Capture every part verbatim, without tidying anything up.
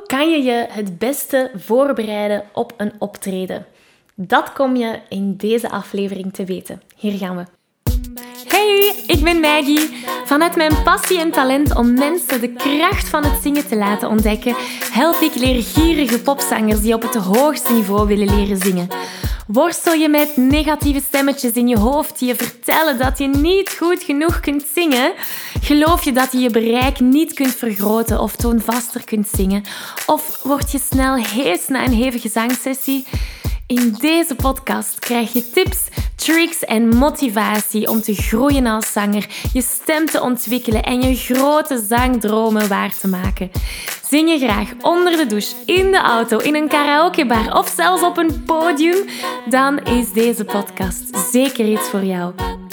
kan je je het beste voorbereiden op een optreden? Dat kom je in deze aflevering te weten. Hier gaan we. Hey, ik ben Maggie. Vanuit mijn passie en talent om mensen de kracht van het zingen te laten ontdekken, help ik leergierige popzangers die op het hoogste niveau willen leren zingen. Worstel je met negatieve stemmetjes in je hoofd die je vertellen dat je niet goed genoeg kunt zingen? Geloof je dat je je bereik niet kunt vergroten of toonvaster kunt zingen? Of word je snel hees na een hevige zangsessie? In deze podcast krijg je tips, tricks en motivatie om te groeien als zanger, je stem te ontwikkelen en je grote zangdromen waar te maken. Zing je graag onder de douche, in de auto, in een karaokebar of zelfs op een podium? Dan is deze podcast zeker iets voor jou.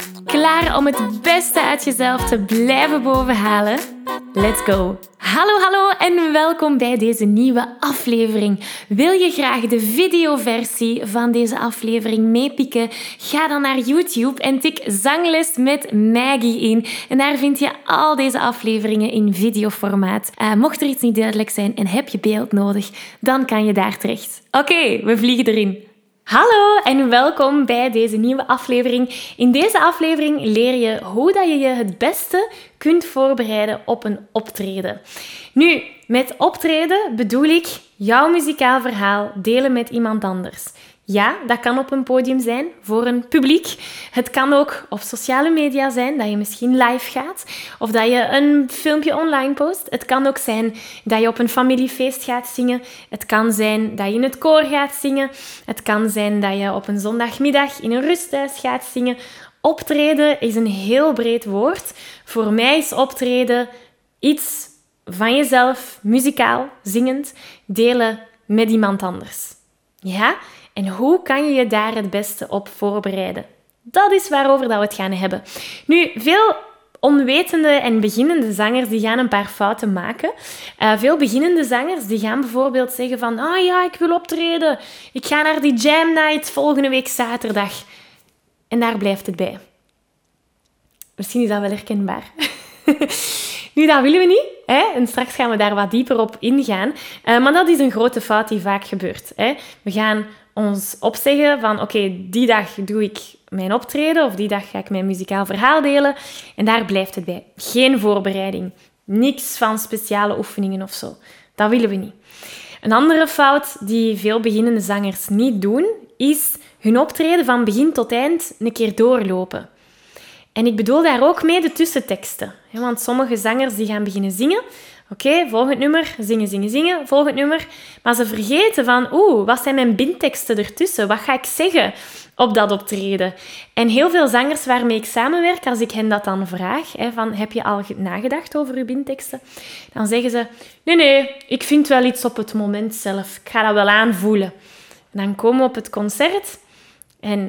Klaar om het beste uit jezelf te blijven bovenhalen? Let's go! Hallo, hallo en welkom bij deze nieuwe aflevering. Wil je graag de videoversie van deze aflevering meepikken? Ga dan naar YouTube en tik Zangles met Maggie in. En daar vind je al deze afleveringen in videoformaat. Uh, mocht er iets niet duidelijk zijn en heb je beeld nodig, dan kan je daar terecht. Oké, okay, we vliegen erin. Hallo en welkom bij deze nieuwe aflevering. In deze aflevering leer je hoe dat je je het beste kunt voorbereiden op een optreden. Nu, met optreden bedoel ik jouw muzikaal verhaal delen met iemand anders. Ja, dat kan op een podium zijn voor een publiek. Het kan ook op sociale media zijn, dat je misschien live gaat. Of dat je een filmpje online post. Het kan ook zijn dat je op een familiefeest gaat zingen. Het kan zijn dat je in het koor gaat zingen. Het kan zijn dat je op een zondagmiddag in een rusthuis gaat zingen. Optreden is een heel breed woord. Voor mij is optreden iets van jezelf, muzikaal, zingend, delen met iemand anders. Ja? En hoe kan je je daar het beste op voorbereiden? Dat is waarover dat we het gaan hebben. Nu, veel onwetende en beginnende zangers die gaan een paar fouten maken. Uh, veel beginnende zangers die gaan bijvoorbeeld zeggen van ah ja, ik wil optreden. Ik ga naar die jam night volgende week zaterdag. En daar blijft het bij. Misschien is dat wel herkenbaar. Nu, dat willen we niet. Hè? En straks gaan we daar wat dieper op ingaan. Uh, maar dat is een grote fout die vaak gebeurt. Hè? We gaan ons opzeggen van oké, okay, die dag doe ik mijn optreden of die dag ga ik mijn muzikaal verhaal delen. En daar blijft het bij. Geen voorbereiding. Niks van speciale oefeningen of zo. Dat willen we niet. Een andere fout die veel beginnende zangers niet doen, is hun optreden van begin tot eind een keer doorlopen. En ik bedoel daar ook mee de tussenteksten. Want sommige zangers die gaan beginnen zingen. Oké, okay, volgend nummer, zingen, zingen, zingen, volgend nummer. Maar ze vergeten van, oeh, wat zijn mijn bindteksten ertussen? Wat ga ik zeggen op dat optreden? En heel veel zangers waarmee ik samenwerk, als ik hen dat dan vraag, hè, van, heb je al nagedacht over je bindteksten? Dan zeggen ze, nee, nee, ik vind wel iets op het moment zelf. Ik ga dat wel aanvoelen. En dan komen we op het concert en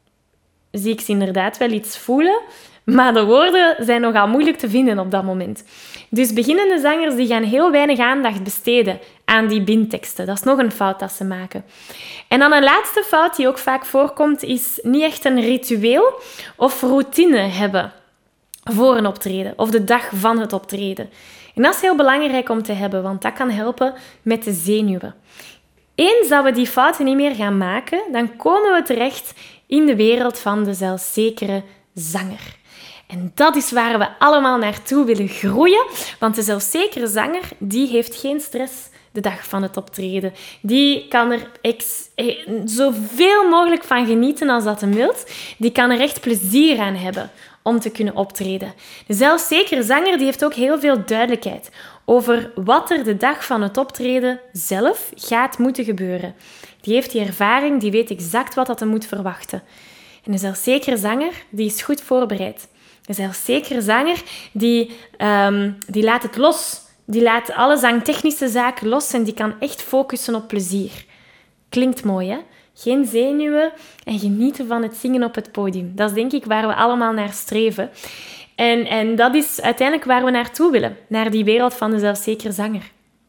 zie ik ze inderdaad wel iets voelen, maar de woorden zijn nogal moeilijk te vinden op dat moment. Dus beginnende zangers die gaan heel weinig aandacht besteden aan die bindteksten. Dat is nog een fout dat ze maken. En dan een laatste fout die ook vaak voorkomt, is niet echt een ritueel of routine hebben voor een optreden of de dag van het optreden. En dat is heel belangrijk om te hebben, want dat kan helpen met de zenuwen. Eens dat we die fouten niet meer gaan maken, dan komen we terecht in de wereld van de zelfzekere zanger. En dat is waar we allemaal naartoe willen groeien, want de zelfzekere zanger die heeft geen stress de dag van het optreden. Die kan er ex- zoveel mogelijk van genieten als dat hem wilt. Die kan er echt plezier aan hebben om te kunnen optreden. De zelfzekere zanger die heeft ook heel veel duidelijkheid over wat er de dag van het optreden zelf gaat moeten gebeuren. Die heeft die ervaring, die weet exact wat dat hij moet verwachten. En de zelfzekere zanger die is goed voorbereid. De zelfzekere zanger die, um, die laat het los. Die laat alle zangtechnische zaken los en die kan echt focussen op plezier. Klinkt mooi, hè? Geen zenuwen en genieten van het zingen op het podium. Dat is denk ik waar we allemaal naar streven. En, en dat is uiteindelijk waar we naartoe willen. Naar die wereld van de zelfzekere zanger.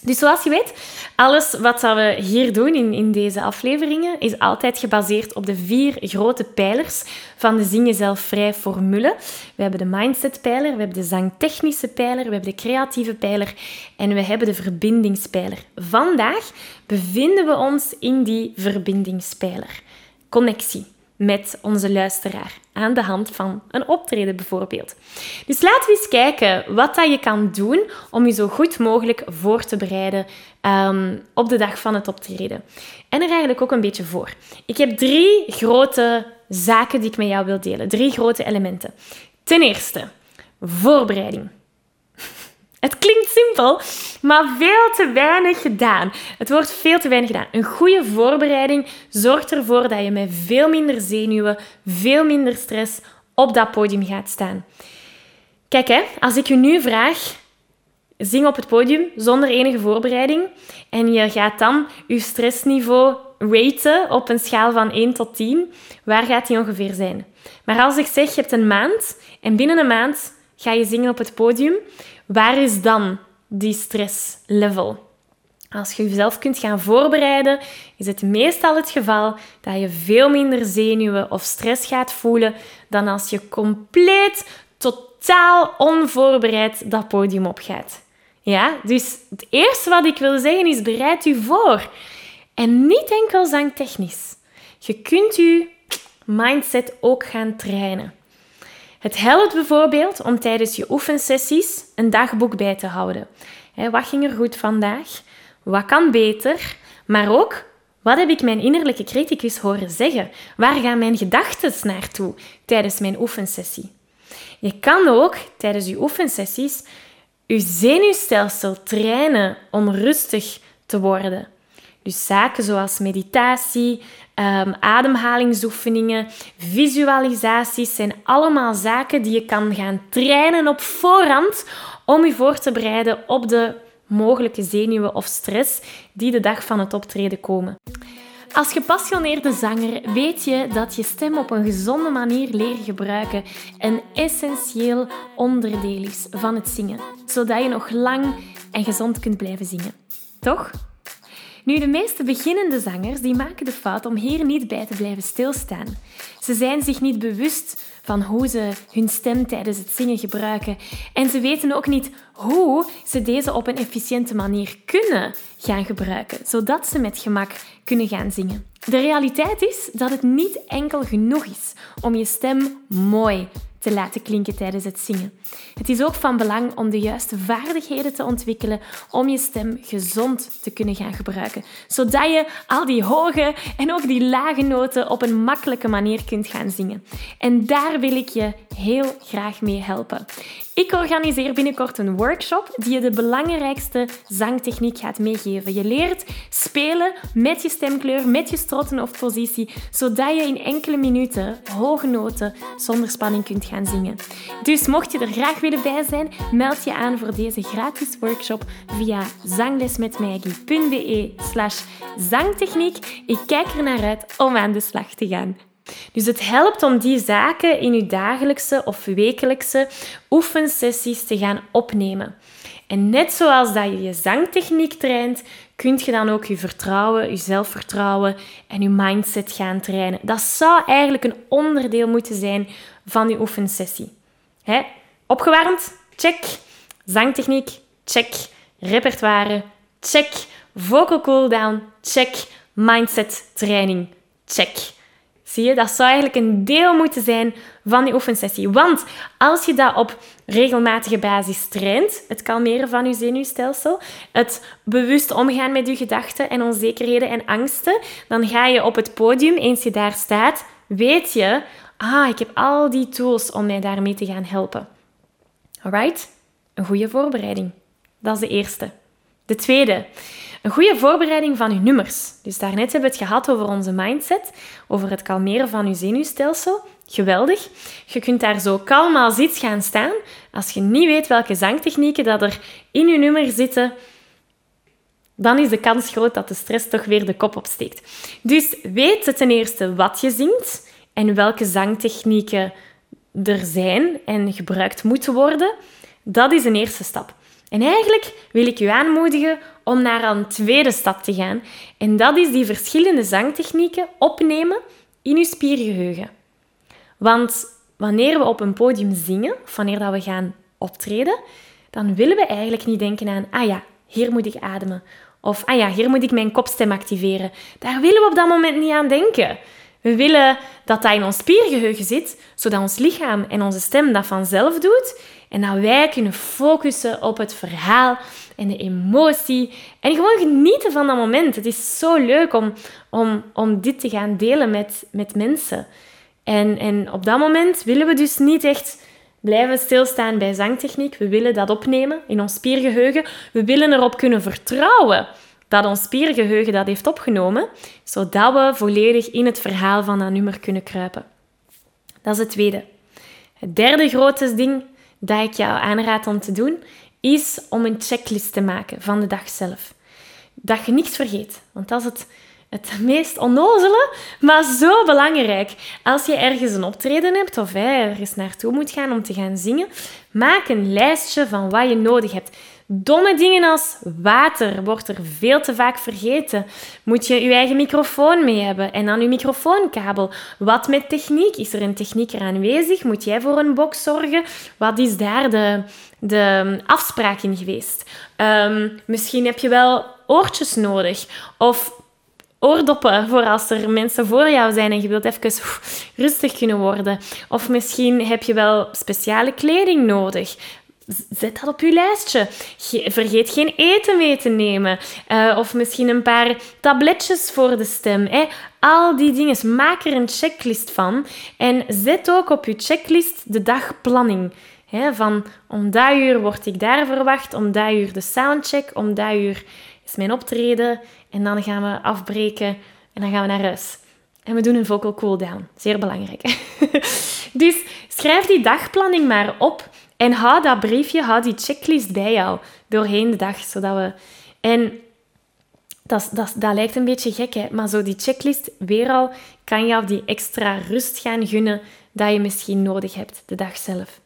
Dus zoals je weet, alles wat we hier doen in, in deze afleveringen is altijd gebaseerd op de vier grote pijlers van de Zing Jezelf Vrij formule. We hebben de mindset-pijler, we hebben de zangtechnische pijler, we hebben de creatieve pijler en we hebben de verbindingspijler. Vandaag bevinden we ons in die verbindingspijler. Connectie met onze luisteraar aan de hand van een optreden bijvoorbeeld. Dus laten we eens kijken wat dat je kan doen om je zo goed mogelijk voor te bereiden um, op de dag van het optreden. En er eigenlijk ook een beetje voor. Ik heb drie grote zaken die ik met jou wil delen. Drie grote elementen. Ten eerste, voorbereiding. Het klinkt simpel, maar veel te weinig gedaan. Het wordt veel te weinig gedaan. Een goede voorbereiding zorgt ervoor dat je met veel minder zenuwen, veel minder stress op dat podium gaat staan. Kijk, hè, als ik je nu vraag, zing op het podium zonder enige voorbereiding en je gaat dan je stressniveau raten op een schaal van één tot tien, waar gaat die ongeveer zijn? Maar als ik zeg, je hebt een maand en binnen een maand ga je zingen op het podium, waar is dan die stresslevel? Als je jezelf kunt gaan voorbereiden, is het meestal het geval dat je veel minder zenuwen of stress gaat voelen dan als je compleet, totaal onvoorbereid dat podium opgaat. Ja, dus het eerste wat ik wil zeggen is, bereid u voor. En niet enkel zangtechnisch. Je kunt je mindset ook gaan trainen. Het helpt bijvoorbeeld om tijdens je oefensessies een dagboek bij te houden. Wat ging er goed vandaag? Wat kan beter? Maar ook, wat heb ik mijn innerlijke criticus horen zeggen? Waar gaan mijn gedachten naartoe tijdens mijn oefensessie? Je kan ook tijdens je oefensessies je zenuwstelsel trainen om rustig te worden. Dus zaken zoals meditatie, um, ademhalingsoefeningen, visualisaties zijn allemaal zaken die je kan gaan trainen op voorhand om je voor te bereiden op de mogelijke zenuwen of stress die de dag van het optreden komen. Als gepassioneerde zanger weet je dat je stem op een gezonde manier leren gebruiken een essentieel onderdeel is van het zingen, zodat je nog lang en gezond kunt blijven zingen. Toch? Nu, de meeste beginnende zangers die maken de fout om hier niet bij te blijven stilstaan. Ze zijn zich niet bewust van hoe ze hun stem tijdens het zingen gebruiken. En ze weten ook niet hoe ze deze op een efficiënte manier kunnen gaan gebruiken, zodat ze met gemak kunnen gaan zingen. De realiteit is dat het niet enkel genoeg is om je stem mooi te laten klinken tijdens het zingen. Het is ook van belang om de juiste vaardigheden te ontwikkelen om je stem gezond te kunnen gaan gebruiken, zodat je al die hoge en ook die lage noten op een makkelijke manier kunt gaan zingen. En daar wil ik je heel graag mee helpen. Ik organiseer binnenkort een workshop die je de belangrijkste zangtechniek gaat meegeven. Je leert spelen met je stemkleur, met je strotten of positie, zodat je in enkele minuten hoge noten zonder spanning kunt gaan zingen. Dus mocht je er graag willen bij zijn, meld je aan voor deze gratis workshop via zanglesmetmaggie.be slash zangtechniek. Ik kijk er naar uit om aan de slag te gaan. Dus het helpt om die zaken in je dagelijkse of wekelijkse oefensessies te gaan opnemen. En net zoals dat je je zangtechniek traint, kun je dan ook je vertrouwen, je zelfvertrouwen en je mindset gaan trainen. Dat zou eigenlijk een onderdeel moeten zijn van je oefensessie. Hè? Opgewarmd? Check. Zangtechniek? Check. Repertoire? Check. Vocal cooldown? Check. Mindset training? Check. Zie je, dat zou eigenlijk een deel moeten zijn van je oefensessie. Want als je dat op regelmatige basis traint, het kalmeren van je zenuwstelsel, het bewust omgaan met je gedachten en onzekerheden en angsten, dan ga je op het podium, eens je daar staat, weet je, ah, ik heb al die tools om mij daarmee te gaan helpen. Alright? Een goede voorbereiding. Dat is de eerste. De tweede, een goede voorbereiding van je nummers. Dus daarnet hebben we het gehad over onze mindset, over het kalmeren van je zenuwstelsel. Geweldig. Je kunt daar zo kalm als iets gaan staan. Als je niet weet welke zangtechnieken dat er in je nummer zitten, dan is de kans groot dat de stress toch weer de kop opsteekt. Dus weet ten eerste wat je zingt en welke zangtechnieken er zijn en gebruikt moeten worden. Dat is een eerste stap. En eigenlijk wil ik u aanmoedigen om naar een tweede stap te gaan. En dat is die verschillende zangtechnieken opnemen in uw spiergeheugen. Want wanneer we op een podium zingen, of wanneer dat we gaan optreden, dan willen we eigenlijk niet denken aan, ah ja, hier moet ik ademen. Of, ah ja, hier moet ik mijn kopstem activeren. Daar willen we op dat moment niet aan denken. We willen dat dat in ons spiergeheugen zit, zodat ons lichaam en onze stem dat vanzelf doet en dat wij kunnen focussen op het verhaal en de emotie en gewoon genieten van dat moment. Het is zo leuk om, om, om dit te gaan delen met, met mensen. En, en op dat moment willen we dus niet echt blijven stilstaan bij zangtechniek. We willen dat opnemen in ons spiergeheugen. We willen erop kunnen vertrouwen dat ons spiergeheugen dat heeft opgenomen, zodat we volledig in het verhaal van dat nummer kunnen kruipen. Dat is het tweede. Het derde grote ding dat ik jou aanraad om te doen, is om een checklist te maken van de dag zelf. Dat je niks vergeet, want dat is het, het meest onnozele, maar zo belangrijk. Als je ergens een optreden hebt of hè, ergens naartoe moet gaan om te gaan zingen, maak een lijstje van wat je nodig hebt. Domme dingen als water wordt er veel te vaak vergeten. Moet je je eigen microfoon mee hebben en dan je microfoonkabel. Wat met techniek? Is er een technieker aanwezig? Moet jij voor een box zorgen? Wat is daar de, de afspraak in geweest? Um, misschien heb je wel oortjes nodig of oordoppen voor als er mensen voor jou zijn en je wilt even oef, rustig kunnen worden. Of misschien heb je wel speciale kleding nodig. Zet dat op je lijstje. Vergeet geen eten mee te nemen. Uh, of misschien een paar tabletjes voor de stem. Hè. Al die dingen. Maak er een checklist van. En zet ook op je checklist de dagplanning. Hè, van om dat uur word ik daar verwacht. Om dat uur de soundcheck. Om dat uur is mijn optreden. En dan gaan we afbreken. En dan gaan we naar huis. En we doen een vocal cooldown. Zeer belangrijk. Dus schrijf die dagplanning maar op. En hou dat briefje, hou die checklist bij jou doorheen de dag. Zodat we... En dat, dat, dat lijkt een beetje gek, hè? Maar zo die checklist, weer al, kan jou die extra rust gaan gunnen dat je misschien nodig hebt, de dag zelf.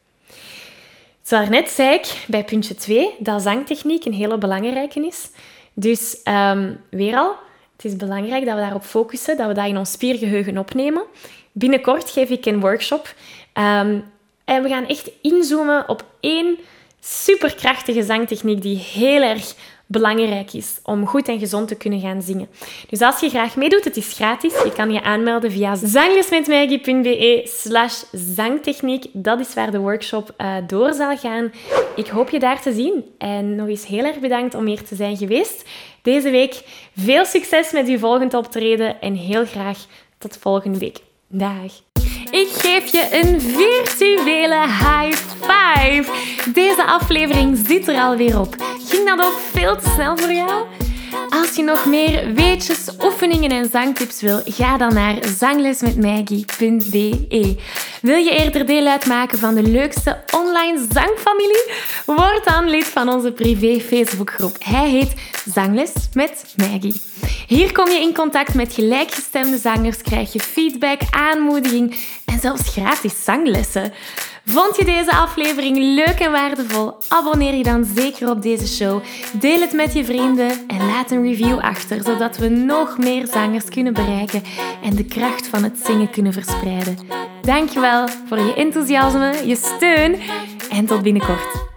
Zoals net zei ik, bij puntje twee, dat zangtechniek een hele belangrijke is. Dus um, weer al, het is belangrijk dat we daarop focussen, dat we dat in ons spiergeheugen opnemen. Binnenkort geef ik een workshop... Um, En we gaan echt inzoomen op één superkrachtige zangtechniek die heel erg belangrijk is om goed en gezond te kunnen gaan zingen. Dus als je graag meedoet, het is gratis. Je kan je aanmelden via zanglesmetmaggie.be slash zangtechniek. Dat is waar de workshop uh, door zal gaan. Ik hoop je daar te zien. En nog eens heel erg bedankt om hier te zijn geweest deze week. Veel succes met uw volgende optreden en heel graag tot volgende week. Dag! Ik geef je een virtuele high five. Deze aflevering zit er alweer op. Ging dat ook veel te snel voor jou? Als je nog meer weetjes, oefeningen en zangtips wil, ga dan naar zanglesmetmaggie punt be. Wil je eerder deel uitmaken van de leukste online zangfamilie? Word dan lid van onze privé Facebookgroep. Hij heet Zangles met Maggie. Hier kom je in contact met gelijkgestemde zangers, krijg je feedback, aanmoediging en zelfs gratis zanglessen. Vond je deze aflevering leuk en waardevol? Abonneer je dan zeker op deze show. Deel het met je vrienden en laat een review achter, zodat we nog meer zangers kunnen bereiken en de kracht van het zingen kunnen verspreiden. Dankjewel voor je enthousiasme, je steun en tot binnenkort.